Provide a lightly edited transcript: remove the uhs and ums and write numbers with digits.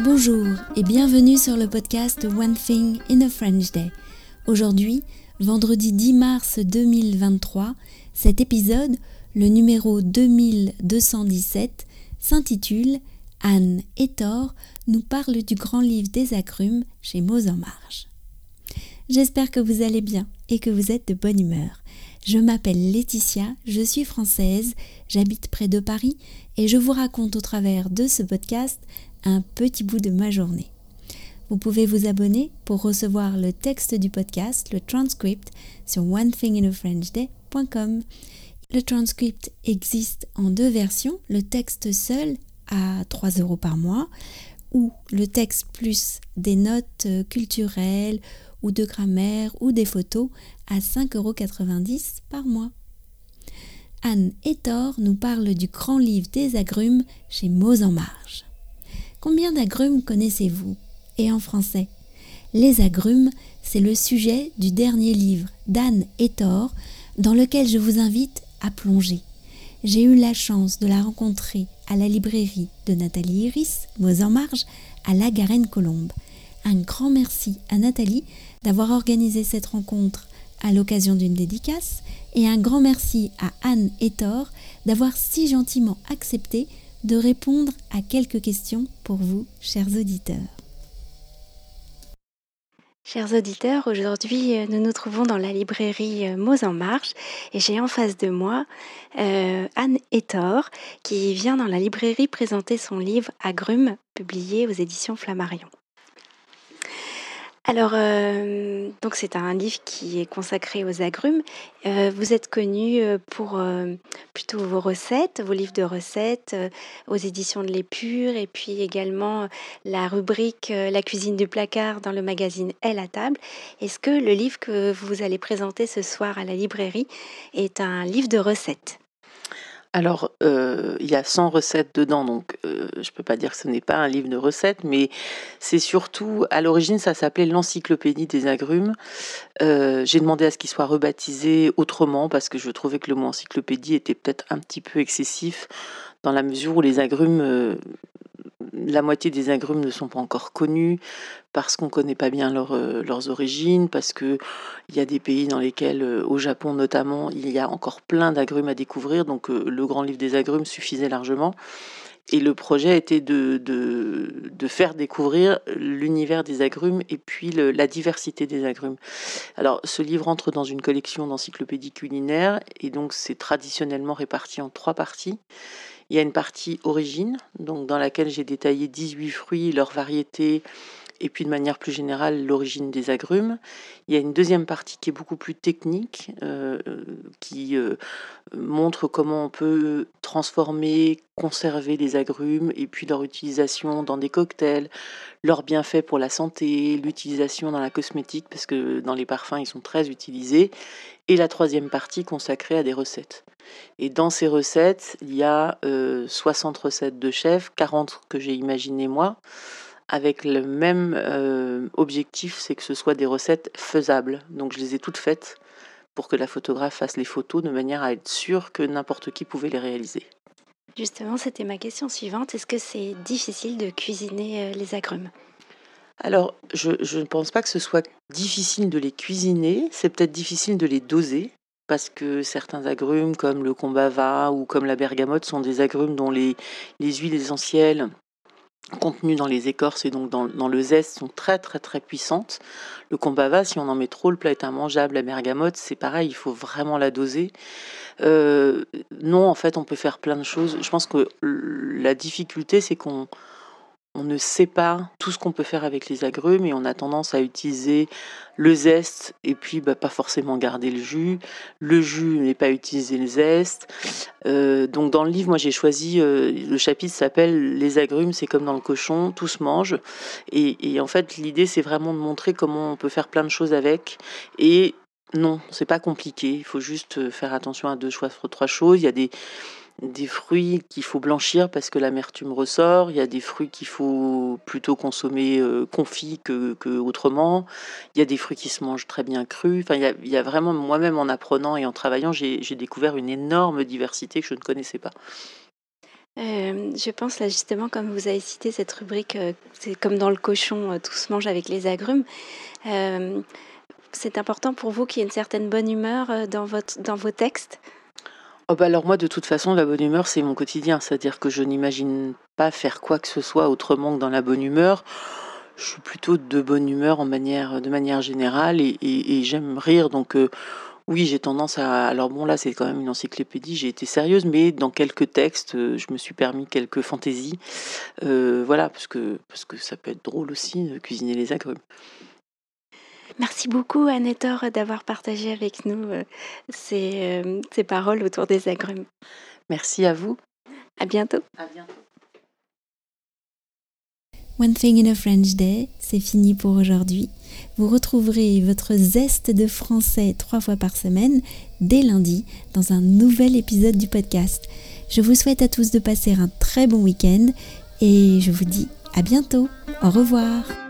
Bonjour et bienvenue sur le podcast One Thing in a French Day. Aujourd'hui, vendredi 10 mars 2023, cet épisode, le numéro 2217, s'intitule « Anne Hector nous parle du grand livre des agrumes chez Mots en Marge ». J'espère que vous allez bien et que vous êtes de bonne humeur. Je m'appelle Laetitia, je suis française, j'habite près de Paris et je vous raconte au travers de ce podcast un petit bout de ma journée. Vous pouvez vous abonner pour recevoir le texte du podcast, le transcript, sur onethinginafrenchday.com. Le transcript existe en 2 versions, le texte seul à 3 € par mois ou le texte plus des notes culturelles ou de grammaire ou des photos à 5,90 € par mois. Anne Hector nous parle du grand livre des agrumes chez Mots en Marge. Combien d'agrumes connaissez-vous? Et en français? Les agrumes, c'est le sujet du dernier livre d'Anne Hector dans lequel je vous invite à plonger. J'ai eu la chance de la rencontrer à la librairie de Nathalie Iris, Mots en Marge, à la Garenne-Colombes. Un grand merci à Nathalie d'avoir organisé cette rencontre à l'occasion d'une dédicace et un grand merci à Anne Hector d'avoir si gentiment accepté de répondre à quelques questions pour vous, chers auditeurs. Chers auditeurs, aujourd'hui nous nous trouvons dans la librairie Mots en Marge et j'ai en face de moi Anne Hector qui vient dans la librairie présenter son livre Agrumes, publié aux éditions Flammarion. Alors, donc c'est un livre qui est consacré aux agrumes. Vous êtes connu pour plutôt vos recettes, vos livres de recettes aux éditions de l'Épure et puis également la rubrique La cuisine du placard dans le magazine Elle à table. Est-ce que le livre que vous allez présenter ce soir à la librairie est un livre de recettes? Alors, il y a 100 recettes dedans, donc je peux pas dire que ce n'est pas un livre de recettes, mais c'est surtout, à l'origine, ça s'appelait l'encyclopédie des agrumes. J'ai demandé à ce qu'il soit rebaptisé autrement parce que je trouvais que le mot encyclopédie était peut-être un petit peu excessif dans la mesure où les agrumes, la moitié des agrumes ne sont pas encore connus parce qu'on ne connaît pas bien leurs origines, parce qu'il y a des pays dans lesquels, au Japon notamment, il y a encore plein d'agrumes à découvrir, donc le grand livre des agrumes suffisait largement. Et le projet était de faire découvrir l'univers des agrumes et puis la diversité des agrumes. Alors, ce livre entre dans une collection d'encyclopédies culinaires et donc c'est traditionnellement réparti en 3 parties. Il y a une partie origine, donc dans laquelle j'ai détaillé 18 fruits, leurs variétés, et puis de manière plus générale l'origine des agrumes. Il y a une deuxième partie qui est beaucoup plus technique, qui montre comment on peut transformer, conserver les agrumes, et puis leur utilisation dans des cocktails, leurs bienfaits pour la santé, l'utilisation dans la cosmétique, parce que dans les parfums ils sont très utilisés, et la troisième partie consacrée à des recettes. Et dans ces recettes, il y a 60 recettes de chef, 40 que j'ai imaginées moi, avec le même objectif, c'est que ce soit des recettes faisables. Donc je les ai toutes faites pour que la photographe fasse les photos de manière à être sûre que n'importe qui pouvait les réaliser. Justement, c'était ma question suivante. Est-ce que c'est difficile de cuisiner les agrumes? Alors, je ne pense pas que ce soit difficile de les cuisiner, c'est peut-être difficile de les doser, parce que certains agrumes, comme le combava ou comme la bergamote, sont des agrumes dont les huiles essentielles contenues dans les écorces et donc dans le zeste sont très très très puissantes. Le combava, si on en met trop, le plat est immangeable. La bergamote, c'est pareil, il faut vraiment la doser. Non, en fait, on peut faire plein de choses. Je pense que la difficulté, c'est qu'on ne sait pas tout ce qu'on peut faire avec les agrumes et on a tendance à utiliser le zeste et puis pas forcément garder le jus. Le jus mais pas utiliser le zeste. Donc dans le livre, moi j'ai choisi, le chapitre s'appelle « Les agrumes, c'est comme dans le cochon, tout se mange ». Et en fait, l'idée, c'est vraiment de montrer comment on peut faire plein de choses avec. Et non, c'est pas compliqué. Il faut juste faire attention à 2 choix, 3 choses. Il y a des fruits qu'il faut blanchir parce que l'amertume ressort. Il y a des fruits qu'il faut plutôt consommer confits que autrement. Il y a des fruits qui se mangent très bien crus. Enfin, il y a vraiment, moi-même en apprenant et en travaillant, j'ai découvert une énorme diversité que je ne connaissais pas. Je pense là justement, comme vous avez cité cette rubrique, c'est comme dans le cochon, tout se mange avec les agrumes. Hem, c'est important pour vous qu'il y ait une certaine bonne humeur, dans vos textes? Oh bah, alors moi, de toute façon, la bonne humeur, c'est mon quotidien. C'est-à-dire que je n'imagine pas faire quoi que ce soit autrement que dans la bonne humeur. Je suis plutôt de bonne humeur de manière générale et j'aime rire. Donc oui, j'ai tendance à... Alors bon, là, c'est quand même une encyclopédie, j'ai été sérieuse, mais dans quelques textes, je me suis permis quelques fantaisies. Voilà, parce que ça peut être drôle aussi de cuisiner les agrumes. Merci beaucoup Anne-Ettor d'avoir partagé avec nous, ces paroles autour des agrumes. Merci à vous. À bientôt. À bientôt. One Thing in a French Day, c'est fini pour aujourd'hui. Vous retrouverez votre zeste de français 3 fois par semaine, dès lundi, dans un nouvel épisode du podcast. Je vous souhaite à tous de passer un très bon week-end et je vous dis à bientôt. Au revoir.